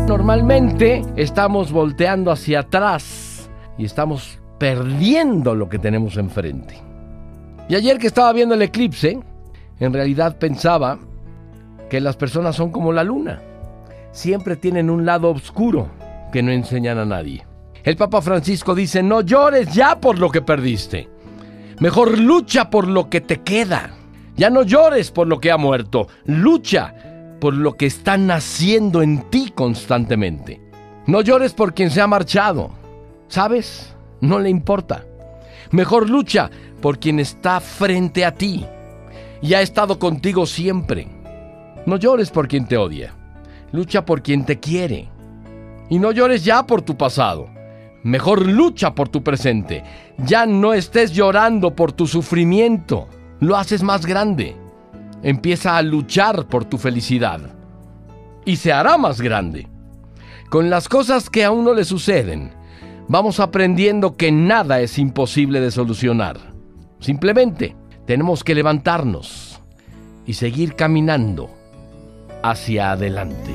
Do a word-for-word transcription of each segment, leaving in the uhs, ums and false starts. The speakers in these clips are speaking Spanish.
Normalmente estamos volteando hacia atrás y estamos perdiendo lo que tenemos enfrente. Y ayer que estaba viendo el eclipse, en realidad pensaba que las personas son como la luna. Siempre tienen un lado oscuro que no enseñan a nadie. El Papa Francisco dice: no llores ya por lo que perdiste. Mejor lucha por lo que te queda. Ya no llores por lo que ha muerto. Lucha por lo que está naciendo en ti constantemente. No llores por quien se ha marchado. ¿Sabes? No le importa. Mejor lucha por quien está frente a ti y ha estado contigo siempre. No llores por quien te odia. Lucha por quien te quiere. Y no llores ya por tu pasado. Mejor lucha por tu presente. Ya no estés llorando por tu sufrimiento. Lo haces más grande. Empieza a luchar por tu felicidad. Y se hará más grande. Con las cosas que a uno le suceden, vamos aprendiendo que nada es imposible de solucionar. Simplemente tenemos que levantarnos y seguir caminando hacia adelante.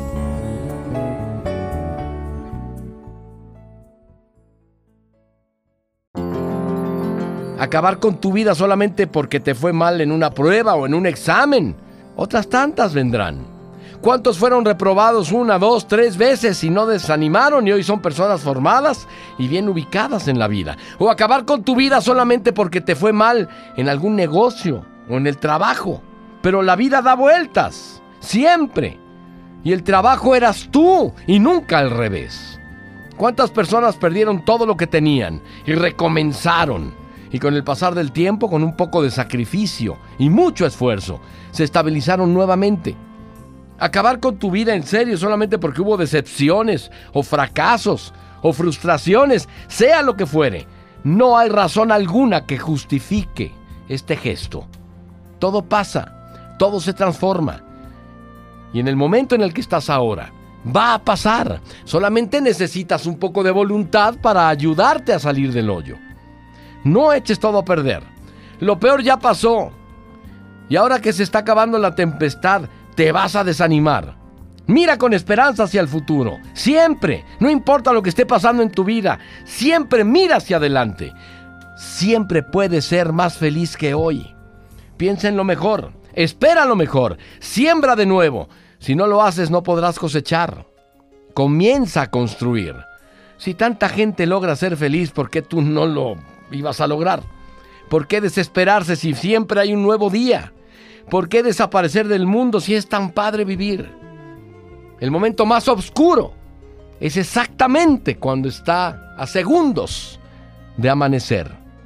Acabar con tu vida solamente porque te fue mal en una prueba o en un examen. Otras tantas vendrán. ¿Cuántos fueron reprobados una, dos, tres veces y no desanimaron y hoy son personas formadas y bien ubicadas en la vida? O acabar con tu vida solamente porque te fue mal en algún negocio o en el trabajo. Pero la vida da vueltas, siempre. Y el trabajo eras tú y nunca al revés. ¿Cuántas personas perdieron todo lo que tenían y recomenzaron? Y con el pasar del tiempo, con un poco de sacrificio y mucho esfuerzo, se estabilizaron nuevamente. Acabar con tu vida en serio solamente porque hubo decepciones o fracasos o frustraciones, sea lo que fuere, no hay razón alguna que justifique este gesto. Todo pasa, todo se transforma. Y en el momento en el que estás ahora, va a pasar. Solamente necesitas un poco de voluntad para ayudarte a salir del hoyo. No eches todo a perder. Lo peor ya pasó. Y ahora que se está acabando la tempestad, te vas a desanimar. Mira con esperanza hacia el futuro. Siempre, no importa lo que esté pasando en tu vida, siempre mira hacia adelante. Siempre puedes ser más feliz que hoy. Piensa en lo mejor, espera lo mejor, siembra de nuevo. Si no lo haces, no podrás cosechar. Comienza a construir. Si tanta gente logra ser feliz, ¿por qué tú no lo ibas a lograr? ¿Por qué desesperarse si siempre hay un nuevo día? ¿Por qué desaparecer del mundo si es tan padre vivir? El momento más oscuro es exactamente cuando está a segundos de amanecer.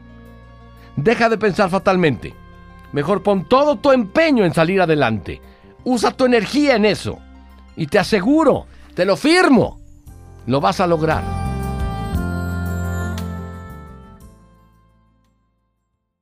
Deja de pensar fatalmente. Mejor pon todo tu empeño en salir adelante. Usa tu energía en eso. Y te aseguro, te lo firmo, lo vas a lograr.